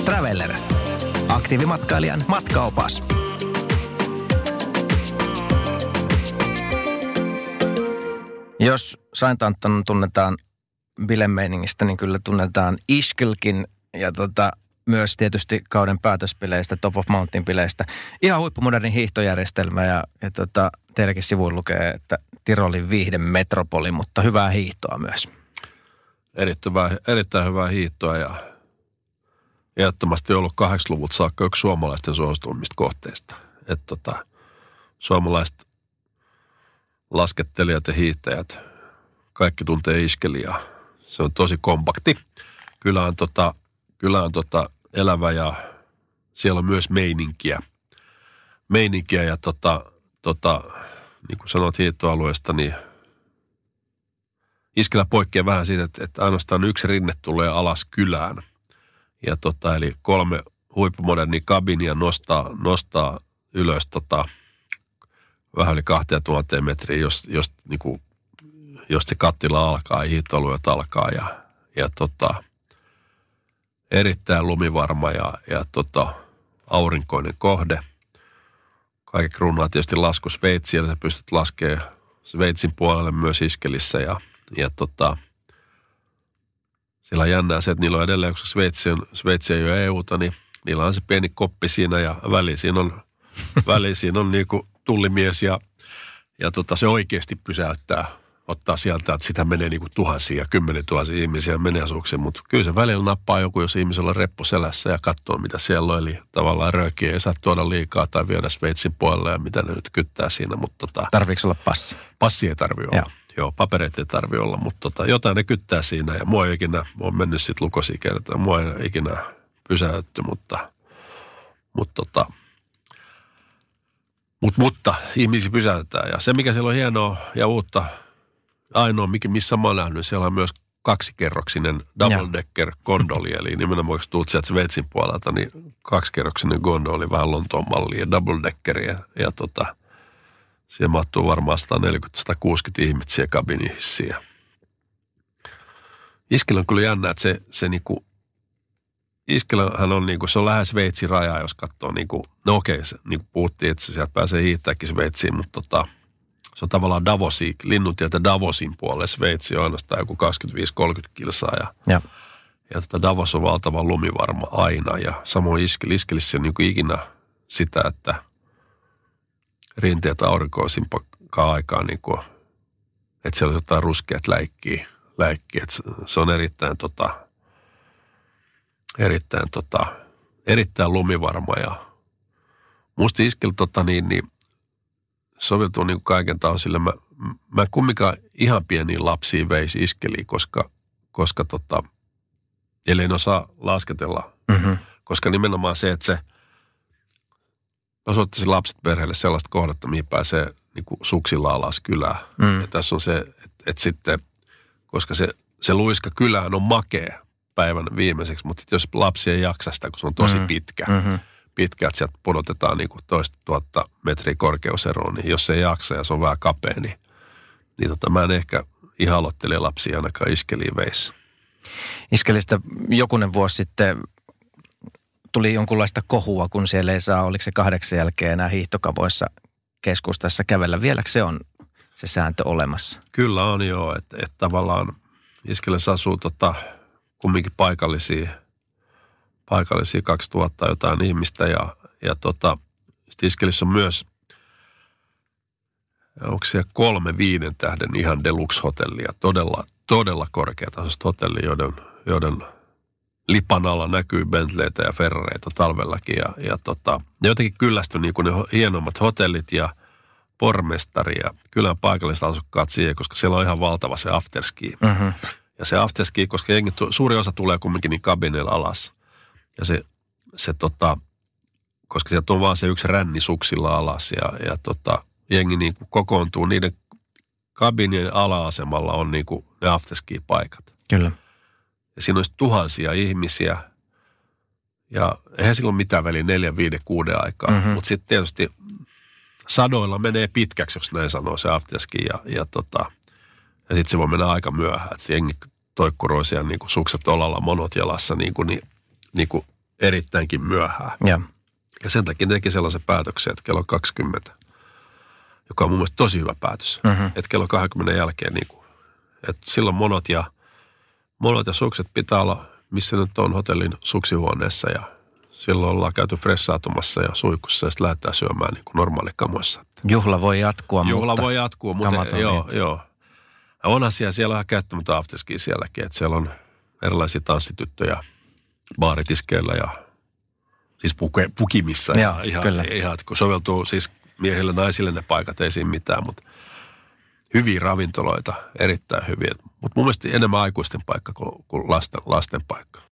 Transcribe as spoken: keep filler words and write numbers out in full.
Traveller. Aktiivimatkailijan matkaopas. Jos Saintantan tunnetaan bilemeiningistä, niin kyllä tunnetaan Ischgelkin ja tota, myös tietysti kauden päätöspileistä, Top of Mountain pileistä. Ihan huippumoderni hiihtojärjestelmä ja, ja tota, teilläkin sivuilla lukee, että Tirolin viihde metropoli, mutta hyvää hiihtoa myös. Erittäin, erittäin hyvää hiihtoa ja ehdottomasti ollut kahdeksankymmentäluvulta saakka yksi suomalaisten suosituimmista kohteista. Että tota, suomalaiset laskettelijat ja hiihtäjät, kaikki tuntee Ischgelia. Se on tosi kompakti. Kyllä on, tota, kyllä on tota elävä ja siellä on myös meininkiä. Meininkiä ja tota, tota, niin kuin sanoit hiihtoalueesta, niin Ischgelä poikkeaa vähän siitä, että, että ainoastaan yksi rinne tulee alas kylään. Ja tota, eli kolme huippumodernia kabinia nostaa, nostaa ylös tota, vähän yli kaksituhatta metriä, jos, jos, niin kuin, jos se kattila alkaa ja hiihtoalueet alkaa. Ja, ja tota, erittäin lumivarma ja, ja tota, aurinkoinen kohde. Kaikki kruunaa tietysti lasku Sveitsiä, sä pystyt laskemaan Sveitsin puolelle myös Ischgelissä ja, ja tota, siellä on jännää se, että niillä on edelleen, koska Sveitsi, on, Sveitsi ei ole E U:ta, niin niillä on se pieni koppi siinä ja väli siinä on, väli siinä on niin kuin tullimies ja, ja tota, se oikeasti pysäyttää, ottaa sieltä, että sitä menee niin kuin tuhansia ja kymmenen tuhansia ihmisiä menee asuuksiin, mutta kyllä se välillä nappaa joku, jos ihmisellä on reppu selässä ja katsoo, mitä siellä on, eli tavallaan röökiä ei saa tuoda liikaa tai viedä Sveitsin puolelle ja mitä ne nyt kyttää siinä, mutta tota... Tarviiko olla passi? Passi ei tarvitse olla. Joo. Joo, papereita ei tarvitse olla, mutta tota, jotain ne kyttää siinä ja mua ei ikinä, mä oon mennyt sitten lukosia kertaa, mua ei ikinä pysäytty, mutta, mutta, tota, mutta, mutta ihmisiä pysäytetään. Ja se, mikä siellä on hienoa ja uutta, ainoa, missä mä oon nähnyt, siellä on myös kaksikerroksinen double-decker gondoli, eli nimenomaan kun tuut sieltä Sveitsin puolelta, niin kaksikerroksinen gondoli, vähän Lontoon malli ja double-deckeri ja, ja tota, siellä mahtuu varmaan sata neljäkymmentä satakuusikymmentä ihmisiä kabinihissiin. Ischgel on kyllä jännä, että se, se niinku, Ischgelhän on niinku, se on lähes Sveitsin rajaa, jos katsoo niinku, no okei, se, niinku puhuttiin, että se sieltä pääsee hiihtääkin Sveitsiin, mutta tota, se on tavallaan Davosi, linnuntieltä Davosin puolelle. Sveitsi on ainoastaan joku kaksikymmentäviisi kolmekymmentä kilsaa ja, ja. ja tota Davos on valtavan lumivarma aina ja samoin Ischgel, Ischgelissä on niinku ikinä sitä, että rinteet aurinkoisimpaa aikaa, niin kuin, että siellä on jotain ruskeat läikkiä, läikkiä. Että se on erittäin, tota, erittäin, tota, erittäin lumivarma ja musta Ischgel tota, niin, niin, soveltuu niin kuin kaiken tausille. Mä, mä kumminkaan ihan pieniin lapsiin veisi Ischgeliin, koska, koska tota, ellei ne osaa lasketella, mm-hmm. koska nimenomaan se, että se osoittaisi lapset perheelle sellaista kohdetta, mihin pääsee niin kuin suksilla alas kylään. Mm. Ja tässä on se, että, että sitten, koska se, se luiska kylään on makea päivän viimeiseksi, mutta jos lapsi ei jaksa sitä, kun se on tosi mm. pitkä, mm-hmm. pitkä, että sieltä pudotetaan niin kuin toista tuhatta metriä korkeuseroon, niin jos se ei jaksa ja se on vähän kapea, niin, niin tota, mä en ehkä ihan aloittele lapsia ainakaan Ischgeliin veissä. Ischgelistä jokunen vuosi sitten tuli jonkunlaista kohua, kun siellä ei saa, oliko se kahdeksan jälkeen enää hiihtokavoissa keskustassa kävellä. Vieläkö se on se sääntö olemassa? Kyllä on joo, että et tavallaan Ischgelissä asuu tota, kumminkin paikallisia, paikallisia kaksituhatta jotain ihmistä ja, ja tota, Ischgelissä on myös, onko siellä kolme viiden tähden ihan deluxe-hotellia, todella, todella korkeatasoista hotellia, joiden, joiden lipan alla näkyy Bentleytä ja Ferrareita talvellakin ja, ja tota, ne jotenkin kyllästyi niin kuin ne hienommat hotellit ja pormestari ja kylän paikalliset asukkaat siihen, koska siellä on ihan valtava se afterski. Mm-hmm. Ja se afterski, koska jengi, suuri osa tulee kumminkin niin kabineilla alas. Ja se, se tota, koska sieltä on vaan se yksi ränni suksilla alas ja, ja tota, jengi niin kuin kokoontuu, niiden kabinien ala-asemalla on niin kuin ne afterski-paikat. Kyllä. Ja siinä olisi tuhansia ihmisiä ja eihän silloin mitään väliä neljän, viiden, kuuden aikaa. Mm-hmm. Mutta sitten tietysti sadoilla menee pitkäksi, jos näin sanoo se afterski ja, ja, tota, ja sitten se voi mennä aika myöhään. Että jengi toikkuroi siellä niin kuin sukset olalla, monot jalassa, niin kuin, niin, niin kuin erittäinkin myöhään. Ja, ja sen takia teki sellaisen päätöksen, että kello kaksikymmentä, joka on mun mielestä tosi hyvä päätös. Mm-hmm. Että kello kaksikymmentä jälkeen, niin kuin, että silloin monot ja, monot ja sukset pitää olla, missä nyt on hotellin suksihuoneessa ja silloin ollaan käyty fressaatumassa ja suihkussa ja sitten lähdetään syömään niin kuin normaalikamoissa. Juhla voi jatkua, Juhla mutta voi jatkua, mutta joo, joo. Ja on asia, siellä on ihan käyttämättä afterski sielläkin, että siellä on erilaisia tanssityttöjä baaritiskeillä ja siis puke, pukimissa. Joo, ja ihan, kyllä. ihan, kun soveltuu siis miehille naisille ne paikat, ei siinä mitään, mutta hyviä ravintoloita, erittäin hyviä. Mutta mun mielestä enemmän aikuisten paikka kuin, kuin lasten, lasten paikka.